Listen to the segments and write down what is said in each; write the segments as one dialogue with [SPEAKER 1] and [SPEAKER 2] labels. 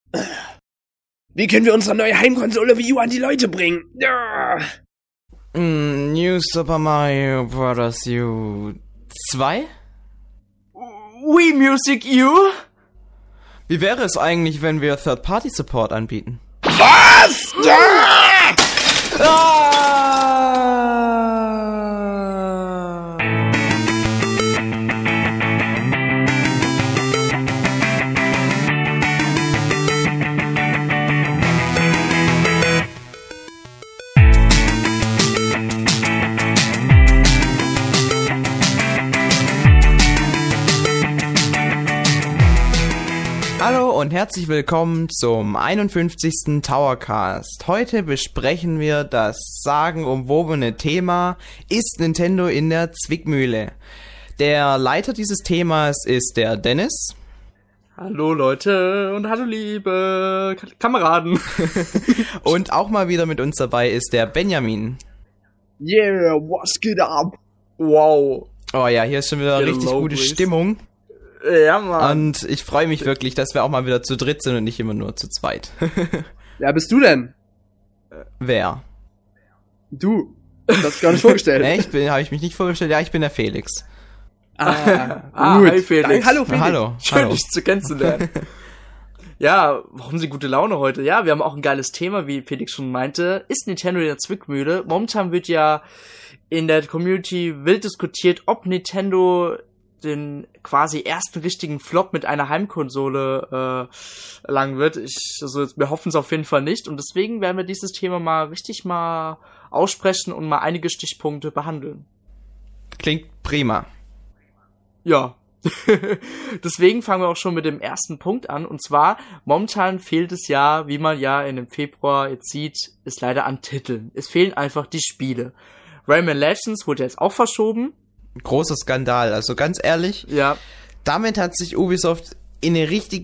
[SPEAKER 1] Wie können wir unsere neue Heimkonsole Wii U an die Leute bringen?
[SPEAKER 2] New Super Mario Bros. U 2?
[SPEAKER 3] Wii Music U?
[SPEAKER 2] Wie wäre es eigentlich, wenn wir Third-Party-Support anbieten?
[SPEAKER 1] Was?
[SPEAKER 2] Hallo und herzlich willkommen zum 51. Towercast. Heute besprechen wir das sagenumwobene Thema: Ist Nintendo in der Zwickmühle? Der Leiter dieses Themas ist der Dennis.
[SPEAKER 3] Hallo Leute und hallo liebe Kameraden.
[SPEAKER 2] Und auch mal wieder mit uns dabei ist der Benjamin.
[SPEAKER 1] Yeah, was geht ab?
[SPEAKER 3] Wow.
[SPEAKER 2] Oh ja, hier ist schon wieder
[SPEAKER 3] Hello,
[SPEAKER 2] richtig gute
[SPEAKER 3] Breeze.
[SPEAKER 2] Stimmung.
[SPEAKER 3] Ja, Mann.
[SPEAKER 2] Und ich freue mich wirklich, dass wir auch mal wieder zu dritt sind und nicht immer nur zu zweit.
[SPEAKER 1] Wer bist du denn?
[SPEAKER 2] Wer?
[SPEAKER 1] Du. Das hast du gar nicht vorgestellt.
[SPEAKER 2] Habe ich mich nicht vorgestellt? Ja, ich bin der Felix.
[SPEAKER 1] Gut.
[SPEAKER 3] Hi Felix.
[SPEAKER 1] Hallo Felix.
[SPEAKER 2] Hallo.
[SPEAKER 3] Schön, dich zu kennenzulernen. Ja, warum sie gute Laune heute? Ja, wir haben auch ein geiles Thema, wie Felix schon meinte. Ist Nintendo in der Zwickmühle? Momentan wird ja in der Community wild diskutiert, ob Nintendo den quasi ersten richtigen Flop mit einer Heimkonsole erlangen wird. Wir hoffen es auf jeden Fall nicht. Und deswegen werden wir dieses Thema mal aussprechen und mal einige Stichpunkte behandeln.
[SPEAKER 2] Klingt prima.
[SPEAKER 3] Ja. Deswegen fangen wir auch schon mit dem ersten Punkt an. Und zwar, momentan fehlt es ja, wie man ja in dem Februar jetzt sieht, ist leider an Titeln. Es fehlen einfach die Spiele. Rayman Legends wurde jetzt auch verschoben.
[SPEAKER 2] Großer Skandal, also ganz ehrlich.
[SPEAKER 3] Ja.
[SPEAKER 2] Damit hat sich Ubisoft in eine richtige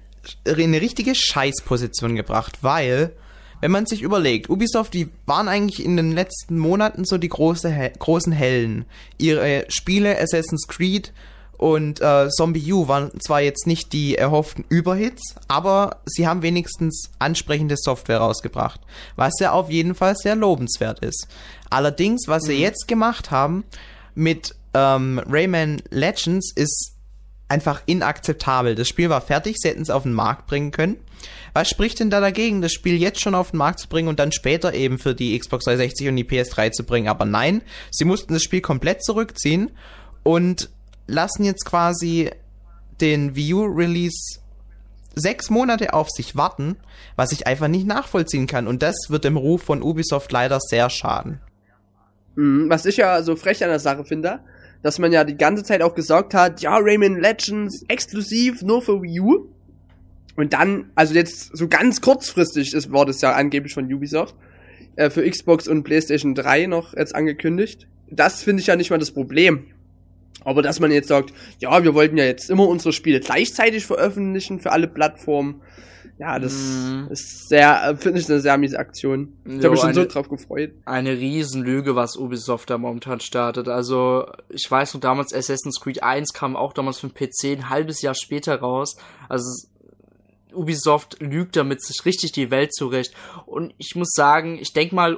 [SPEAKER 2] Scheißposition gebracht, weil, wenn man sich überlegt, Ubisoft, die waren eigentlich in den letzten Monaten so die großen Helden. Ihre Spiele Assassin's Creed und Zombie U waren zwar jetzt nicht die erhofften Überhits, aber sie haben wenigstens ansprechende Software rausgebracht, was ja auf jeden Fall sehr lobenswert ist. Allerdings, was sie jetzt gemacht haben mit Rayman Legends, ist einfach inakzeptabel. Das Spiel war fertig, sie hätten es auf den Markt bringen können. Was spricht denn da dagegen, das Spiel jetzt schon auf den Markt zu bringen und dann später eben für die Xbox 360 und die PS3 zu bringen? Aber nein, sie mussten das Spiel komplett zurückziehen und lassen jetzt quasi den Wii U Release 6 Monate auf sich warten, was ich einfach nicht nachvollziehen kann. Und das wird dem Ruf von Ubisoft leider sehr schaden.
[SPEAKER 1] Was ich ja so frech an der Sache finde, dass man ja die ganze Zeit auch gesagt hat, ja, Rayman Legends exklusiv nur für Wii U. Und dann, also jetzt so ganz kurzfristig war das ja angeblich von Ubisoft, für Xbox und PlayStation 3 noch jetzt angekündigt. Das finde ich ja nicht mal das Problem. Aber dass man jetzt sagt, ja, wir wollten ja jetzt immer unsere Spiele gleichzeitig veröffentlichen für alle Plattformen. Ja, das ist finde ich eine sehr miese Aktion. Ich habe mich schon so drauf gefreut.
[SPEAKER 3] Eine Riesenlüge, was Ubisoft da momentan startet. Also, ich weiß noch, damals Assassin's Creed 1 kam auch damals für den PC ein halbes Jahr später raus. Also, Ubisoft lügt damit sich richtig die Welt zurecht. Und ich muss sagen, ich denke mal,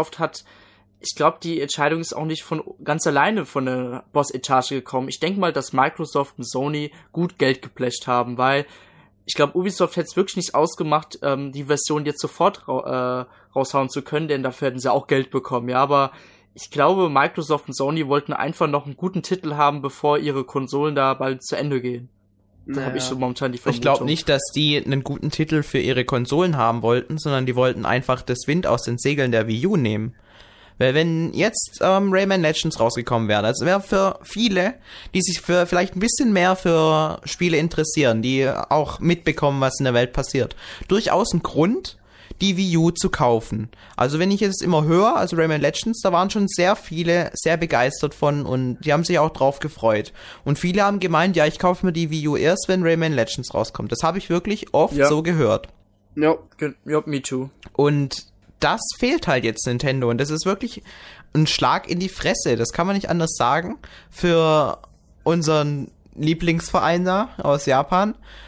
[SPEAKER 3] ich glaube, die Entscheidung ist auch nicht ganz alleine von der Boss-Etage gekommen. Ich denke mal, dass Microsoft und Sony gut Geld geblecht haben, weil ich glaube, Ubisoft hätte es wirklich nicht ausgemacht, die Version jetzt sofort raushauen zu können, denn dafür hätten sie auch Geld bekommen, ja, aber ich glaube, Microsoft und Sony wollten einfach noch einen guten Titel haben, bevor ihre Konsolen da bald zu Ende gehen. Da habe ich so momentan die Vermutung.
[SPEAKER 2] Ich glaube nicht, dass die einen guten Titel für ihre Konsolen haben wollten, sondern die wollten einfach das Wind aus den Segeln der Wii U nehmen. Weil wenn jetzt Rayman Legends rausgekommen wäre, das wäre für viele, die sich vielleicht ein bisschen mehr für Spiele interessieren, die auch mitbekommen, was in der Welt passiert, durchaus ein Grund, die Wii U zu kaufen. Also wenn ich jetzt immer höre, also Rayman Legends, da waren schon sehr viele sehr begeistert von und die haben sich auch drauf gefreut. Und viele haben gemeint, ja, ich kaufe mir die Wii U erst, wenn Rayman Legends rauskommt. Das habe ich wirklich oft so gehört.
[SPEAKER 3] Ja, me too.
[SPEAKER 2] Und das fehlt halt jetzt Nintendo und das ist wirklich ein Schlag in die Fresse, das kann man nicht anders sagen, für unseren Lieblingsverein da aus Japan.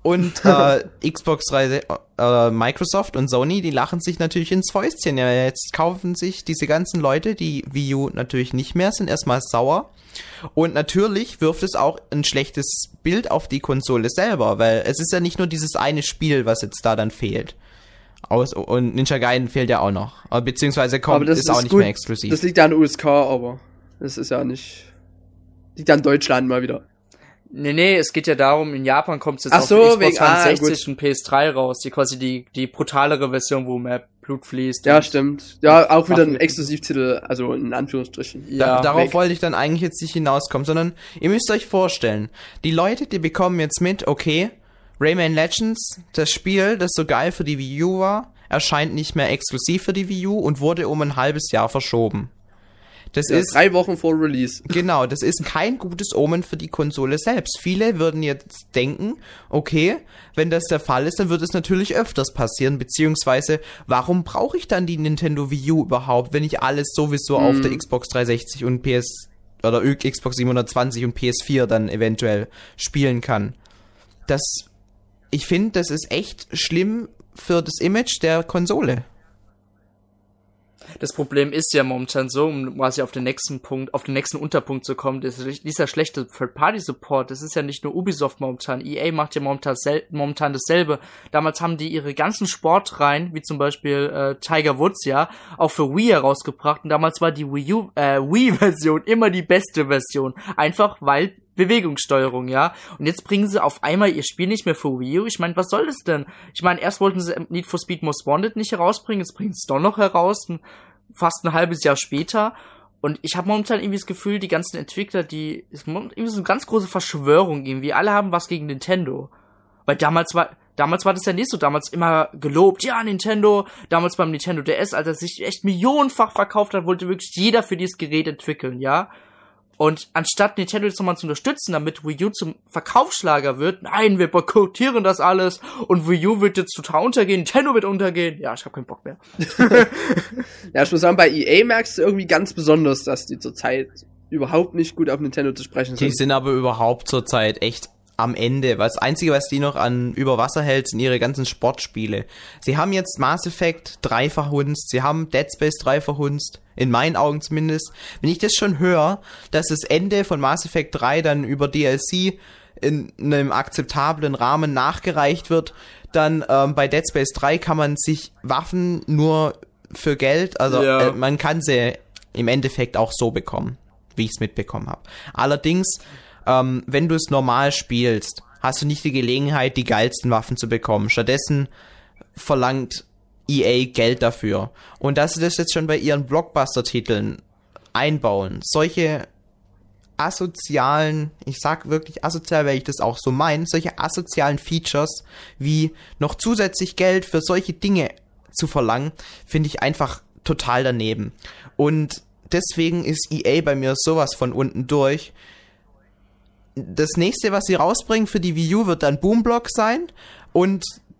[SPEAKER 2] Und Xbox 3, Microsoft und Sony, die lachen sich natürlich ins Fäustchen. Ja, jetzt kaufen sich diese ganzen Leute, die Wii U natürlich nicht mehr, sind erstmal sauer. Und natürlich wirft es auch ein schlechtes Bild auf die Konsole selber, weil es ist ja nicht nur dieses eine Spiel, was jetzt da dann fehlt. Und Ninja Gaiden fehlt ja auch noch. Beziehungsweise ist auch nicht mehr exklusiv.
[SPEAKER 1] Das liegt ja an USK, aber das ist ja nicht... Liegt an Deutschland mal wieder.
[SPEAKER 3] Nee, es geht ja darum, in Japan kommt es jetzt auf Xbox 360 und PS3 raus, die quasi die brutalere Version, wo mehr Blut fließt.
[SPEAKER 1] Ja, stimmt. Ja, auch wieder ein Exklusivtitel, also in Anführungsstrichen.
[SPEAKER 2] Ja, darauf wollte ich dann eigentlich jetzt nicht hinauskommen, sondern ihr müsst euch vorstellen, die Leute, die bekommen jetzt mit, okay, Rayman Legends, das Spiel, das so geil für die Wii U war, erscheint nicht mehr exklusiv für die Wii U und wurde um ein halbes Jahr verschoben. Das ist
[SPEAKER 1] 3 Wochen vor Release.
[SPEAKER 2] Genau, das ist kein gutes Omen für die Konsole selbst. Viele würden jetzt denken, okay, wenn das der Fall ist, dann wird es natürlich öfters passieren, beziehungsweise warum brauche ich dann die Nintendo Wii U überhaupt, wenn ich alles sowieso auf der Xbox 360 und Xbox 720 und PS4 dann eventuell spielen kann. Ich finde, das ist echt schlimm für das Image der Konsole.
[SPEAKER 3] Das Problem ist ja momentan so, um quasi auf den nächsten Unterpunkt zu kommen, dieser schlechte Third-Party-Support, das ist ja nicht nur Ubisoft momentan, EA macht ja momentan dasselbe. Damals haben die ihre ganzen Sportreihen, wie zum Beispiel Tiger Woods, ja, auch für Wii herausgebracht und damals war die Wii-Version immer die beste Version, einfach weil Bewegungssteuerung, ja. Und jetzt bringen sie auf einmal ihr Spiel nicht mehr für Wii U. Ich meine, was soll das denn? Ich meine, erst wollten sie Need for Speed Most Wanted nicht herausbringen, jetzt bringen sie es doch noch heraus, fast ein halbes Jahr später. Und ich habe momentan irgendwie das Gefühl, die ganzen Entwickler, ist irgendwie so eine ganz große Verschwörung irgendwie. Alle haben was gegen Nintendo. Weil damals war das ja nicht so, damals immer gelobt, ja, Nintendo, damals beim Nintendo DS, als er sich echt millionenfach verkauft hat, wollte wirklich jeder für dieses Gerät entwickeln, ja. Und anstatt Nintendo jetzt nochmal zu unterstützen, damit Wii U zum Verkaufsschlager wird, nein, wir boykottieren das alles und Wii U wird jetzt total untergehen, Nintendo wird untergehen. Ja, ich hab keinen Bock mehr.
[SPEAKER 1] Ja, ich muss sagen, bei EA merkst du irgendwie ganz besonders, dass die zurzeit überhaupt nicht gut auf Nintendo zu sprechen sind.
[SPEAKER 2] Die sind aber überhaupt zurzeit echt am Ende. Das Einzige, was die noch über Wasser hält, sind ihre ganzen Sportspiele. Sie haben jetzt Mass Effect 3 verhunzt, sie haben Dead Space 3 verhunzt, in meinen Augen zumindest. Wenn ich das schon höre, dass das Ende von Mass Effect 3 dann über DLC in einem akzeptablen Rahmen nachgereicht wird, dann bei Dead Space 3 kann man sich Waffen nur für Geld, also man kann sie im Endeffekt auch so bekommen, wie ich es mitbekommen habe. Allerdings wenn du es normal spielst, hast du nicht die Gelegenheit, die geilsten Waffen zu bekommen. Stattdessen verlangt EA Geld dafür. Und dass sie das jetzt schon bei ihren Blockbuster-Titeln einbauen, solche asozialen, ich sag wirklich asozial, weil ich das auch so meine, solche asozialen Features wie noch zusätzlich Geld für solche Dinge zu verlangen, finde ich einfach total daneben. Und deswegen ist EA bei mir sowas von unten durch. Das nächste, was sie rausbringen für die Wii U, wird dann Boomblock sein und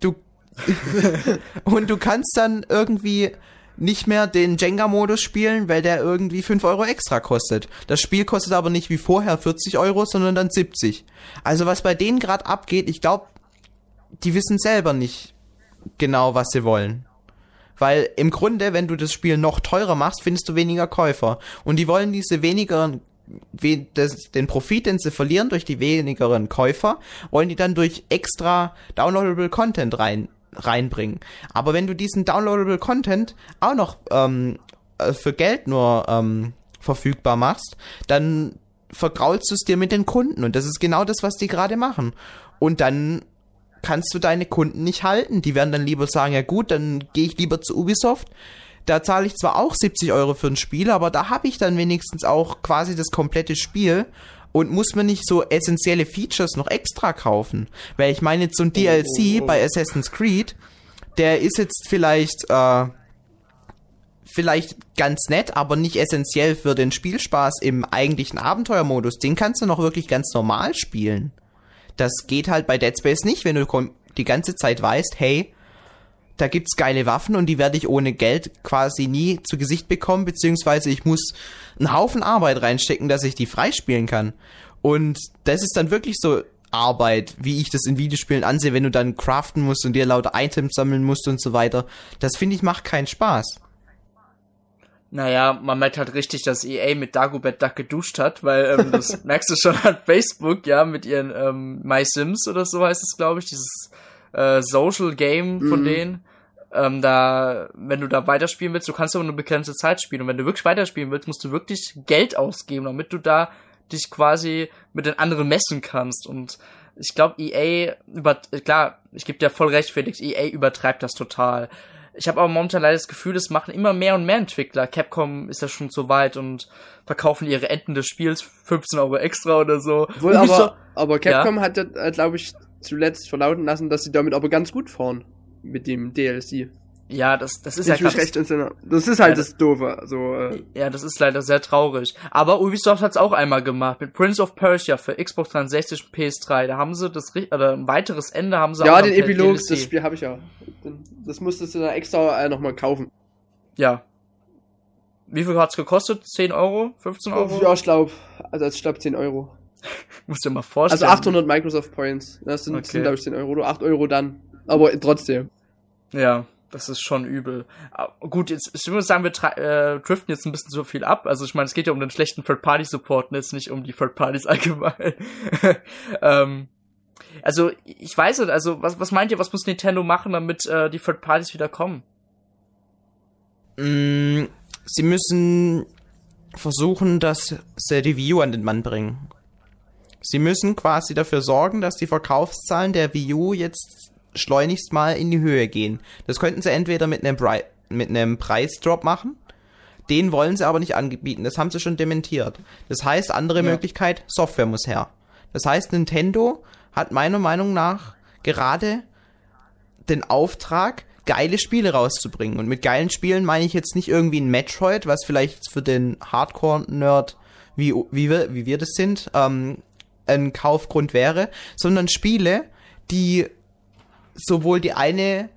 [SPEAKER 2] du kannst dann irgendwie nicht mehr den Jenga-Modus spielen, weil der irgendwie 5 Euro extra kostet. Das Spiel kostet aber nicht wie vorher 40 Euro, sondern dann 70. Also was bei denen gerade abgeht, ich glaube, die wissen selber nicht genau, was sie wollen. Weil im Grunde, wenn du das Spiel noch teurer machst, findest du weniger Käufer. Und die wollen diese den Profit, den sie verlieren durch die wenigeren Käufer, wollen die dann durch extra downloadable Content reinbringen. Aber wenn du diesen downloadable Content auch noch für Geld nur verfügbar machst, dann vergraulst du es dir mit den Kunden. Und das ist genau das, was die gerade machen. Und dann kannst du deine Kunden nicht halten. Die werden dann lieber sagen, ja gut, dann gehe ich lieber zu Ubisoft. Da zahle ich zwar auch 70 Euro für ein Spiel, aber da habe ich dann wenigstens auch quasi das komplette Spiel und muss mir nicht so essentielle Features noch extra kaufen. Weil ich meine, jetzt so ein DLC bei Assassin's Creed, der ist jetzt vielleicht ganz nett, aber nicht essentiell für den Spielspaß im eigentlichen Abenteuermodus. Den kannst du noch wirklich ganz normal spielen. Das geht halt bei Dead Space nicht, wenn du die ganze Zeit weißt, hey, da gibt's geile Waffen und die werde ich ohne Geld quasi nie zu Gesicht bekommen, beziehungsweise ich muss einen Haufen Arbeit reinstecken, dass ich die freispielen kann. Und das ist dann wirklich so Arbeit, wie ich das in Videospielen ansehe, wenn du dann craften musst und dir lauter Items sammeln musst und so weiter. Das finde ich macht keinen Spaß.
[SPEAKER 3] Naja, man merkt halt richtig, dass EA mit Dagobert Duck geduscht hat, weil das merkst du schon an Facebook, ja, mit ihren My Sims oder so heißt es, glaube ich, dieses Social Game von denen. Da, wenn du da weiterspielen willst, du kannst aber nur begrenzte Zeit spielen. Und wenn du wirklich weiterspielen willst, musst du wirklich Geld ausgeben, damit du da dich quasi mit den anderen messen kannst. Und ich glaube, klar, ich gebe dir voll recht, Felix, EA übertreibt das total. Ich habe aber momentan leider das Gefühl, das machen immer mehr und mehr Entwickler. Capcom ist ja schon so weit und verkaufen ihre Enden des Spiels 15 € extra oder so.
[SPEAKER 1] Wohl, aber Capcom hat, glaube ich, zuletzt verlauten lassen, dass sie damit aber ganz gut fahren. Mit dem DLC.
[SPEAKER 3] Ja, das ist ja
[SPEAKER 1] das ist halt das Doofe.
[SPEAKER 3] Ja, das ist leider sehr traurig. Aber Ubisoft hat's auch einmal gemacht. Mit Prince of Persia für Xbox 360 und PS3. Da haben sie ein weiteres Ende haben sie auch.
[SPEAKER 1] Ja, den Epilog, das Spiel habe ich ja. Das musstest du da extra nochmal kaufen.
[SPEAKER 3] Ja. Wie viel hat's gekostet? 10 €? 15 €?
[SPEAKER 1] Ja, ich glaube 10 €.
[SPEAKER 3] Musst dir mal vorstellen.
[SPEAKER 1] Also 800 Microsoft Points. Das sind glaube ich 10 € oder 8 € dann. Aber trotzdem.
[SPEAKER 3] Ja, das ist schon übel. Gut, jetzt, ich würde sagen, wir driften jetzt ein bisschen zu viel ab. Also ich meine, es geht ja um den schlechten Third-Party-Support und jetzt nicht um die Third-Parties allgemein. Also, ich weiß nicht, also was meint ihr, was muss Nintendo machen, damit die Third-Parties wieder kommen?
[SPEAKER 2] Sie müssen versuchen, dass sie die Wii U an den Mann bringen. Sie müssen quasi dafür sorgen, dass die Verkaufszahlen der Wii U jetzt schleunigst mal in die Höhe gehen. Das könnten sie entweder mit einem Preisdrop machen, den wollen sie aber nicht anbieten, das haben sie schon dementiert. Das heißt, andere Möglichkeit, Software muss her. Das heißt, Nintendo hat meiner Meinung nach gerade den Auftrag, geile Spiele rauszubringen. Und mit geilen Spielen meine ich jetzt nicht irgendwie ein Metroid, was vielleicht für den Hardcore-Nerd, wie wir das sind, ein Kaufgrund wäre, sondern Spiele, die sowohl die eine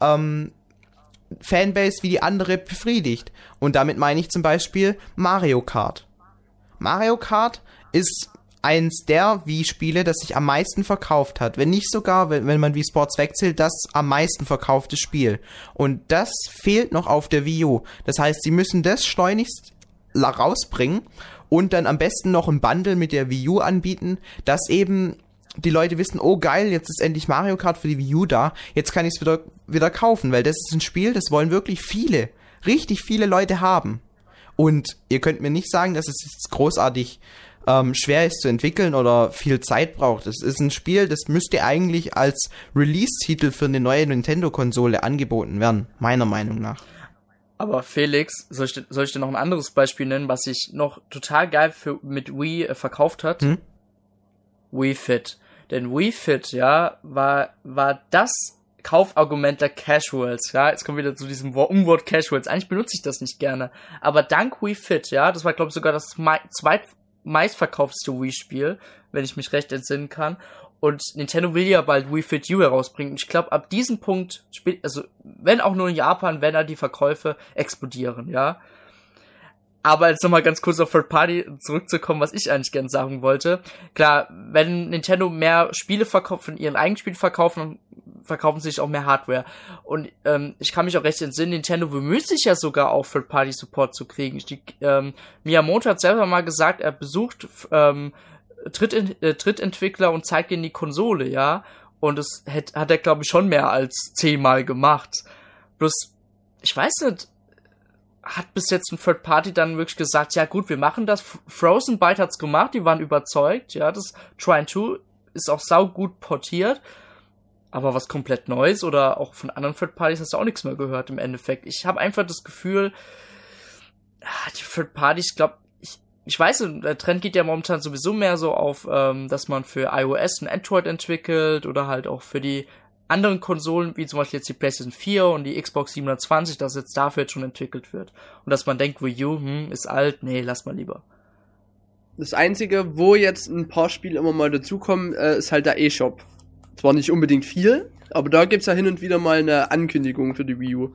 [SPEAKER 2] Fanbase wie die andere befriedigt. Und damit meine ich zum Beispiel Mario Kart. Mario Kart ist eins der Wii-Spiele, das sich am meisten verkauft hat. Wenn nicht sogar, wenn man Wii Sports wegzählt, das am meisten verkaufte Spiel. Und das fehlt noch auf der Wii U. Das heißt, sie müssen das schleunigst rausbringen und dann am besten noch ein Bundle mit der Wii U anbieten, dass eben die Leute wissen, oh geil, jetzt ist endlich Mario Kart für die Wii U da, jetzt kann ich es wieder kaufen, weil das ist ein Spiel, das wollen wirklich richtig viele Leute haben. Und ihr könnt mir nicht sagen, dass es jetzt großartig schwer ist zu entwickeln oder viel Zeit braucht. Es ist ein Spiel, das müsste eigentlich als Release-Titel für eine neue Nintendo-Konsole angeboten werden, meiner Meinung nach.
[SPEAKER 3] Aber Felix, soll ich dir noch ein anderes Beispiel nennen, was sich noch total geil mit Wii verkauft hat? Wii Fit. Denn Wii Fit, ja, war das Kaufargument der Casuals, ja. Jetzt kommen wir wieder zu diesem Umwort Casuals. Eigentlich benutze ich das nicht gerne. Aber dank Wii Fit, ja, das war, glaube ich, sogar das zweitmeistverkaufste Wii-Spiel, wenn ich mich recht entsinnen kann. Und Nintendo will ja bald Wii Fit U herausbringen. Und ich glaube, ab diesem Punkt, also wenn auch nur in Japan, werden da die Verkäufe explodieren, ja. Aber jetzt nochmal ganz kurz auf Third Party zurückzukommen, was ich eigentlich gern sagen wollte. Klar, wenn Nintendo mehr Spiele von ihren eigenen Spielen verkaufen, verkaufen sie sich auch mehr Hardware. Und ich kann mich auch recht entsinnen, Nintendo bemüht sich ja sogar auch Third Party Support zu kriegen. Miyamoto hat selber mal gesagt, er besucht Drittentwickler und zeigt ihnen die Konsole, ja. Und das hat er, glaube ich, schon mehr als 10-mal gemacht. Bloß, ich weiß nicht, hat bis jetzt ein Third Party dann wirklich gesagt, ja gut, wir machen das. Frozen Byte hat's gemacht, die waren überzeugt, ja, das Trine 2 ist auch saugut portiert, aber was komplett Neues oder auch von anderen Third Parties hast du auch nichts mehr gehört im Endeffekt. Ich habe einfach das Gefühl, die Third Parties, ich glaube, ich weiß, der Trend geht ja momentan sowieso mehr so auf, dass man für iOS ein Android entwickelt oder halt auch für die anderen Konsolen, wie zum Beispiel jetzt die PlayStation 4 und die Xbox 720, dass jetzt dafür jetzt schon entwickelt wird. Und dass man denkt, Wii U, ist alt, nee, lass mal lieber.
[SPEAKER 1] Das Einzige, wo jetzt ein paar Spiele immer mal dazukommen, ist halt der eShop. Zwar nicht unbedingt viel, aber da gibt's ja hin und wieder mal eine Ankündigung für die Wii U.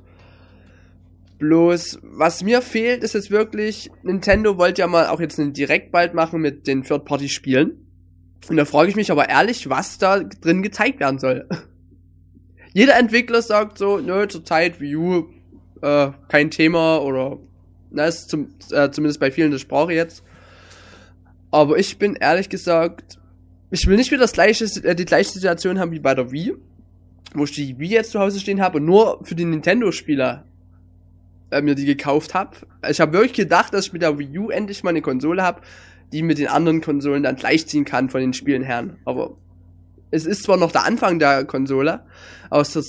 [SPEAKER 1] Bloß, was mir fehlt, ist jetzt wirklich, Nintendo wollte ja mal auch jetzt einen Direkt bald machen mit den Third-Party-Spielen. Und da frage ich mich aber ehrlich, was da drin gezeigt werden soll. Jeder Entwickler sagt so, nö, zurzeit Wii U, kein Thema oder, na, ist zumindest bei vielen das Sprache jetzt. Aber ich bin ehrlich gesagt, ich will nicht wieder die gleiche Situation haben wie bei der Wii, wo ich die Wii jetzt zu Hause stehen habe und nur für die Nintendo-Spieler mir die gekauft habe. Ich habe wirklich gedacht, dass ich mit der Wii U endlich mal eine Konsole habe, die mit den anderen Konsolen dann gleichziehen kann von den Spielen her. Aber es ist zwar noch der Anfang der Konsole, aber es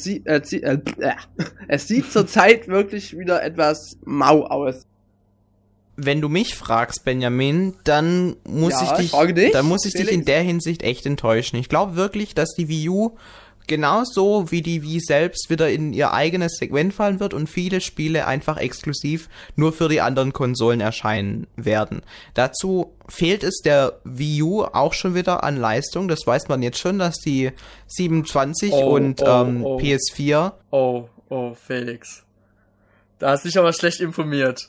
[SPEAKER 1] sieht zurzeit wirklich wieder etwas mau aus.
[SPEAKER 2] Wenn du mich fragst, Benjamin, dann muss ich dich in der Hinsicht echt enttäuschen. Ich glaube wirklich, dass die Wii U genauso wie die Wii selbst wieder in ihr eigenes Segment fallen wird und viele Spiele einfach exklusiv nur für die anderen Konsolen erscheinen werden. Dazu fehlt es der Wii U auch schon wieder an Leistung. Das weiß man jetzt schon, dass die 27 PS4...
[SPEAKER 3] Oh, Felix. Da hast du dich aber schlecht informiert.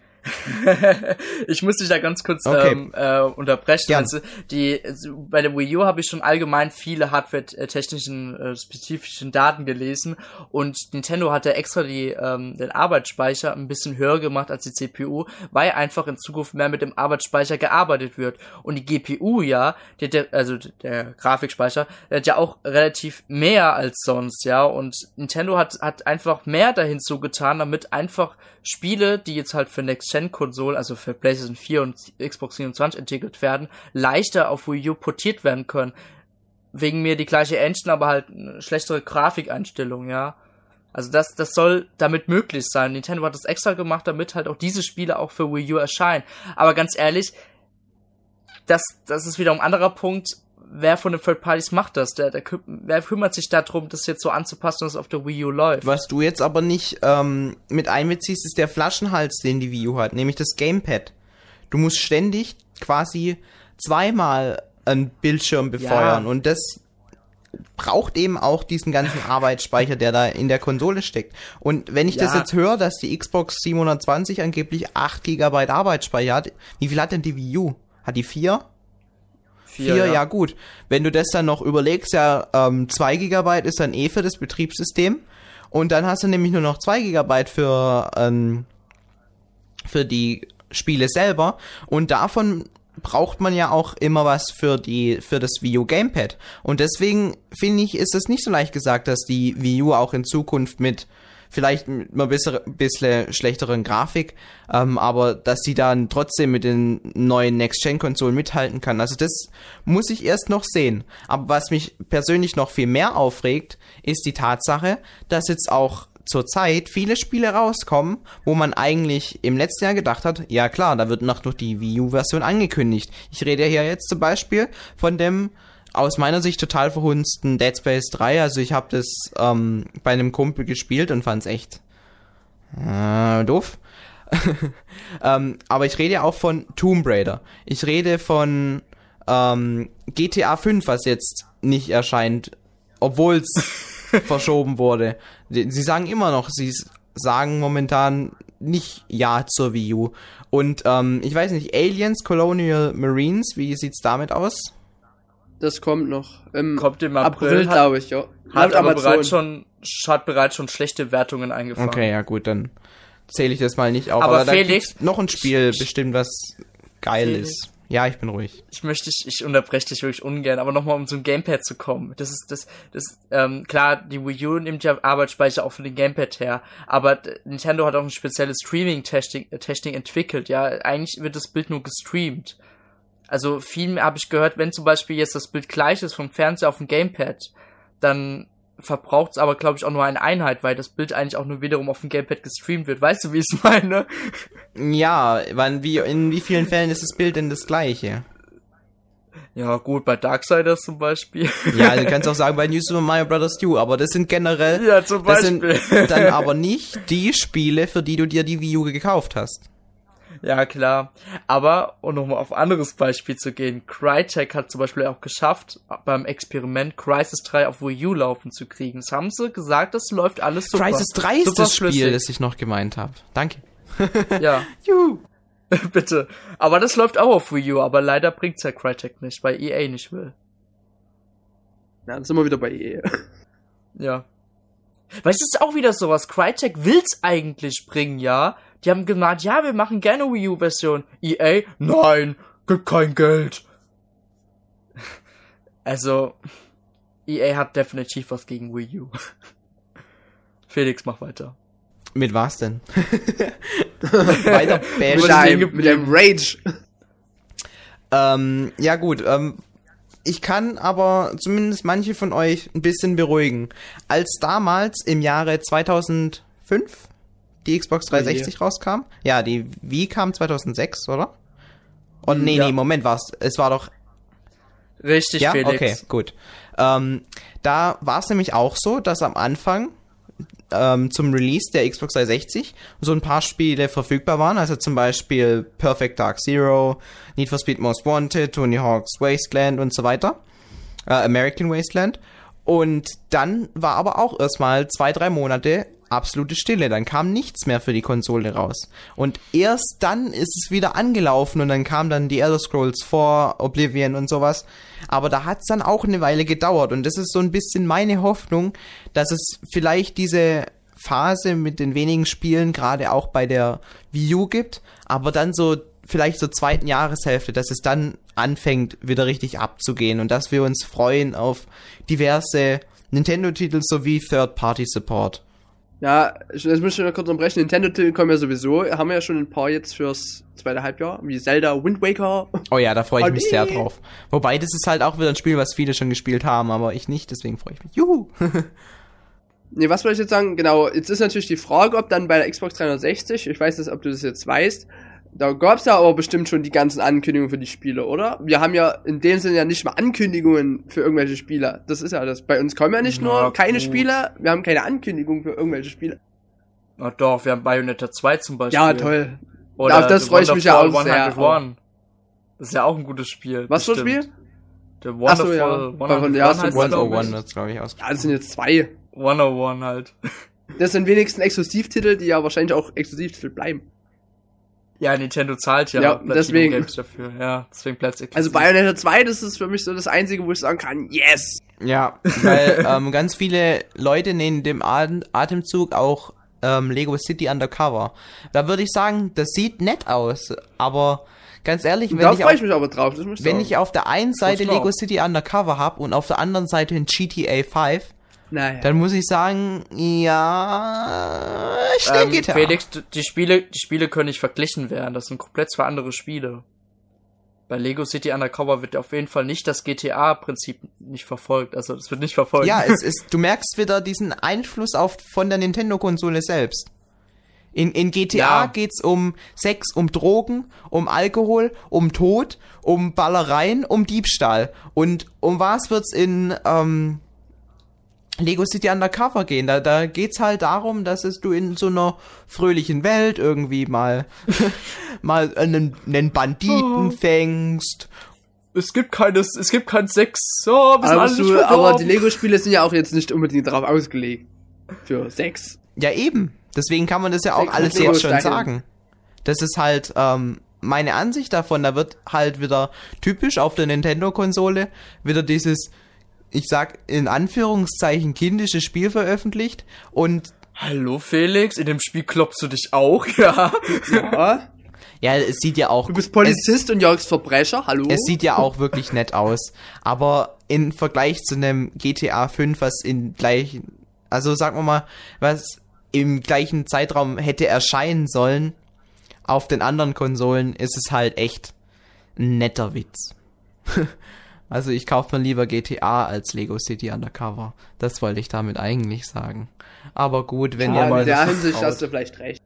[SPEAKER 3] Ich muss dich da ganz kurz unterbrechen. Also bei der Wii U habe ich schon allgemein viele hardware-technischen spezifischen Daten gelesen und Nintendo hat ja extra den Arbeitsspeicher ein bisschen höher gemacht als die CPU, weil einfach in Zukunft mehr mit dem Arbeitsspeicher gearbeitet wird. Und die GPU der Grafikspeicher, der hat ja auch relativ mehr als sonst, ja. Und Nintendo hat einfach mehr dahin zugetan, damit einfach Spiele, die jetzt halt für Next-Gen-Konsolen, also für PlayStation 4 und Xbox 24 entwickelt werden, leichter auf Wii U portiert werden können. Wegen mir die gleiche Engine, aber halt eine schlechtere Grafikeinstellung, ja. Also das soll damit möglich sein. Nintendo hat das extra gemacht, damit halt auch diese Spiele auch für Wii U erscheinen. Aber ganz ehrlich, das ist wieder ein anderer Punkt. Wer von den Third Parties macht das? Wer kümmert sich darum, das jetzt so anzupassen, dass es auf der Wii U läuft?
[SPEAKER 2] Was du jetzt aber nicht mit einbeziehst, ist der Flaschenhals, den die Wii U hat, nämlich das Gamepad. Du musst ständig quasi zweimal einen Bildschirm befeuern und das braucht eben auch diesen ganzen Arbeitsspeicher, der da in der Konsole steckt. Und wenn ich das jetzt höre, dass die Xbox 720 angeblich 8 GB Arbeitsspeicher hat, wie viel hat denn die Wii U? Hat die 4? 4, ja gut. Wenn du das dann noch überlegst, 2 GB ist dann für das Betriebssystem und dann hast du nämlich nur noch 2 GB für die Spiele selber und davon braucht man ja auch immer was für das Wii U Gamepad. Und deswegen finde ich, ist es nicht so leicht gesagt, dass die Wii U auch in Zukunft mit vielleicht mit einer bisschen schlechteren Grafik, aber dass sie dann trotzdem mit den neuen Next-Gen-Konsolen mithalten kann. Also das muss ich erst noch sehen. Aber was mich persönlich noch viel mehr aufregt, ist die Tatsache, dass jetzt auch zurzeit viele Spiele rauskommen, wo man eigentlich im letzten Jahr gedacht hat, ja klar, da wird noch die Wii U-Version angekündigt. Ich rede hier jetzt zum Beispiel von dem aus meiner Sicht total verhunzten Dead Space 3, also ich habe das bei einem Kumpel gespielt und fand's echt doof. Aber ich rede ja auch von Tomb Raider. Ich rede von GTA 5, was jetzt nicht erscheint, obwohl es verschoben wurde. Sie sagen immer noch, sie sagen momentan nicht Ja zur Wii U. Und ich weiß nicht, Aliens Colonial Marines, wie sieht's damit aus?
[SPEAKER 1] Das kommt noch.
[SPEAKER 3] Kommt im April,
[SPEAKER 1] glaube ich, ja.
[SPEAKER 3] Hat aber bereits schon schlechte Wertungen eingefahren.
[SPEAKER 2] Okay, ja gut, dann zähle ich das mal nicht auf.
[SPEAKER 3] Aber
[SPEAKER 2] da
[SPEAKER 3] Felix,
[SPEAKER 2] gibt's noch ein Spiel bestimmt, was geil ist. Ja, ich bin ruhig.
[SPEAKER 3] Ich unterbreche dich wirklich ungern, aber nochmal um zum Gamepad zu kommen. Klar, die Wii U nimmt ja Arbeitsspeicher auch von dem Gamepad her, aber Nintendo hat auch ein spezielles Streaming-Technik entwickelt, ja. Eigentlich wird das Bild nur gestreamt. Also viel habe ich gehört, wenn zum Beispiel jetzt das Bild gleich ist vom Fernseher auf dem Gamepad, dann verbraucht es aber, glaube ich, auch nur eine Einheit, weil das Bild eigentlich auch nur wiederum auf dem Gamepad gestreamt wird. Weißt du, wie ich es meine?
[SPEAKER 2] Ja, in wie vielen Fällen ist das Bild denn das gleiche?
[SPEAKER 3] Ja, gut, bei Darksiders zum Beispiel.
[SPEAKER 2] Ja, du kannst auch sagen, bei New Super Mario Bros. U, aber das sind generell,
[SPEAKER 3] ja, zum Beispiel.
[SPEAKER 2] Das sind dann aber nicht die Spiele, für die du dir die Wii U gekauft hast.
[SPEAKER 3] Ja, klar. Aber, um nochmal auf ein anderes Beispiel zu gehen, Crytek hat zum Beispiel auch geschafft, beim Experiment Crysis 3 auf Wii U laufen zu kriegen. Das haben sie gesagt, das läuft alles super.
[SPEAKER 2] Crysis 3 ist das Spiel, das ich noch gemeint habe. Danke.
[SPEAKER 3] Ja.
[SPEAKER 2] Juhu.
[SPEAKER 3] Bitte. Aber das läuft auch auf Wii U, aber leider bringt's ja Crytek nicht, weil EA nicht will.
[SPEAKER 1] Ja, dann sind wir wieder bei EA.
[SPEAKER 3] Ja. Weil es ist auch wieder sowas, Crytek will's eigentlich bringen, ja? Die haben gesagt, ja, wir machen gerne Wii U-Version. EA? Nein, gibt kein Geld. Also, EA hat definitiv was gegen Wii U. Felix, mach weiter.
[SPEAKER 2] Mit was denn? Weiter bashen.
[SPEAKER 1] Mit dem Rage.
[SPEAKER 2] Ja gut, ich kann aber zumindest manche von euch ein bisschen beruhigen. Als damals im Jahre 2005 die Xbox 360 rauskam, ja, die Wii kam 2006, oder? Und nee, Moment, es war doch...
[SPEAKER 3] Richtig,
[SPEAKER 2] ja?
[SPEAKER 3] Felix.
[SPEAKER 2] Okay, gut. Da war es nämlich auch so, dass am Anfang zum Release der Xbox 360 so ein paar Spiele verfügbar waren, also zum Beispiel Perfect Dark Zero, Need for Speed Most Wanted, Tony Hawk's Wasteland und so weiter, American Wasteland. Und dann war aber auch erstmal 2-3 Monate absolute Stille, dann kam nichts mehr für die Konsole raus. Und erst dann ist es wieder angelaufen und dann kam dann die Elder Scrolls 4, Oblivion und sowas. Aber da hat es dann auch eine Weile gedauert und das ist so ein bisschen meine Hoffnung, dass es vielleicht diese Phase mit den wenigen Spielen gerade auch bei der Wii U gibt, aber dann so vielleicht zur zweiten Jahreshälfte, dass es dann anfängt wieder richtig abzugehen und dass wir uns freuen auf diverse Nintendo-Titel sowie Third-Party-Support.
[SPEAKER 1] Ja, das muss ich noch kurz unterbrechen. Nintendo-Titel kommen ja sowieso. Haben wir ja schon ein paar jetzt fürs zweite Halbjahr. Wie Zelda, Wind Waker.
[SPEAKER 2] Oh ja, da freue ich mich sehr drauf. Wobei, das ist halt auch wieder ein Spiel, was viele schon gespielt haben, aber ich nicht, deswegen freue ich mich. Juhu!
[SPEAKER 1] Nee, was wollte ich jetzt sagen? Genau, jetzt ist natürlich die Frage, ob dann bei der Xbox 360, ich weiß nicht, ob du das jetzt weißt, da gab's ja aber bestimmt schon die ganzen Ankündigungen für die Spiele, oder? Wir haben ja in dem Sinne ja nicht mal Ankündigungen für irgendwelche Spiele. Das ist ja das. Bei uns kommen ja nicht nur keine Spiele, wir haben keine Ankündigungen für irgendwelche Spiele.
[SPEAKER 3] Na doch, wir haben Bayonetta 2 zum Beispiel.
[SPEAKER 1] Ja, toll.
[SPEAKER 3] Oder
[SPEAKER 1] auf das freue ich mich ja auch sehr.
[SPEAKER 3] Das ist ja auch ein gutes Spiel.
[SPEAKER 1] Was für ein Spiel?
[SPEAKER 3] Der Wonderful
[SPEAKER 1] ja.
[SPEAKER 3] 101 heißt
[SPEAKER 2] 101, das glaube ich aus.
[SPEAKER 1] Ja, das sind jetzt 2.
[SPEAKER 3] 101 halt.
[SPEAKER 1] Das sind wenigstens Exklusivtitel, die ja wahrscheinlich auch Exklusivtitel bleiben.
[SPEAKER 3] Ja, Nintendo zahlt ja
[SPEAKER 1] deswegen.
[SPEAKER 3] Games dafür. Ja, deswegen bleibt es exklusiv.
[SPEAKER 1] Also Bayonetta 2, das ist für mich so das Einzige, wo ich sagen kann, yes!
[SPEAKER 2] Ja, weil ganz viele Leute nehmen dem Atemzug auch Lego City Undercover. Da würde ich sagen, das sieht nett aus, aber ganz ehrlich,
[SPEAKER 1] freue ich mich aber drauf, das muss ich
[SPEAKER 2] wenn
[SPEAKER 1] sagen.
[SPEAKER 2] ich auf der einen Seite Lego City Undercover habe und auf der anderen Seite ein GTA 5, dann muss ich sagen, ja, schnell GTA.
[SPEAKER 3] Felix, die Spiele können nicht verglichen werden, das sind komplett zwei andere Spiele. Bei Lego City Undercover wird auf jeden Fall nicht das GTA-Prinzip nicht verfolgt, also das wird nicht verfolgt.
[SPEAKER 2] Ja, du merkst wieder diesen Einfluss von der Nintendo-Konsole selbst. In GTA geht's um Sex, um Drogen, um Alkohol, um Tod, um Ballereien, um Diebstahl. Und um was wird's in Lego City Undercover gehen? Da geht's halt darum, dass du in so einer fröhlichen Welt irgendwie mal einen Banditen fängst.
[SPEAKER 3] Es gibt kein Sex. Oh,
[SPEAKER 1] aber die Lego-Spiele sind ja auch jetzt nicht unbedingt darauf ausgelegt. Für Sex.
[SPEAKER 2] Ja, eben. Deswegen kann man das ja auch alles jetzt schon sagen. Das ist halt meine Ansicht davon. Da wird halt wieder typisch auf der Nintendo-Konsole wieder dieses, ich sag in Anführungszeichen, kindische Spiel veröffentlicht und...
[SPEAKER 3] Hallo Felix, in dem Spiel klopfst du dich auch, ja?
[SPEAKER 1] Ja.
[SPEAKER 2] Ja, es sieht ja auch...
[SPEAKER 1] Du bist Polizist und jagst Verbrecher, hallo?
[SPEAKER 2] Es sieht ja auch wirklich nett aus. Aber im Vergleich zu einem GTA 5, was sagen wir mal, was im gleichen Zeitraum hätte erscheinen sollen, auf den anderen Konsolen, ist es halt echt ein netter Witz. Also ich kaufe mir lieber GTA als Lego City Undercover. Das wollte ich damit eigentlich sagen. Aber gut, wenn ihr mal...
[SPEAKER 1] In der Hinsicht hast du vielleicht recht.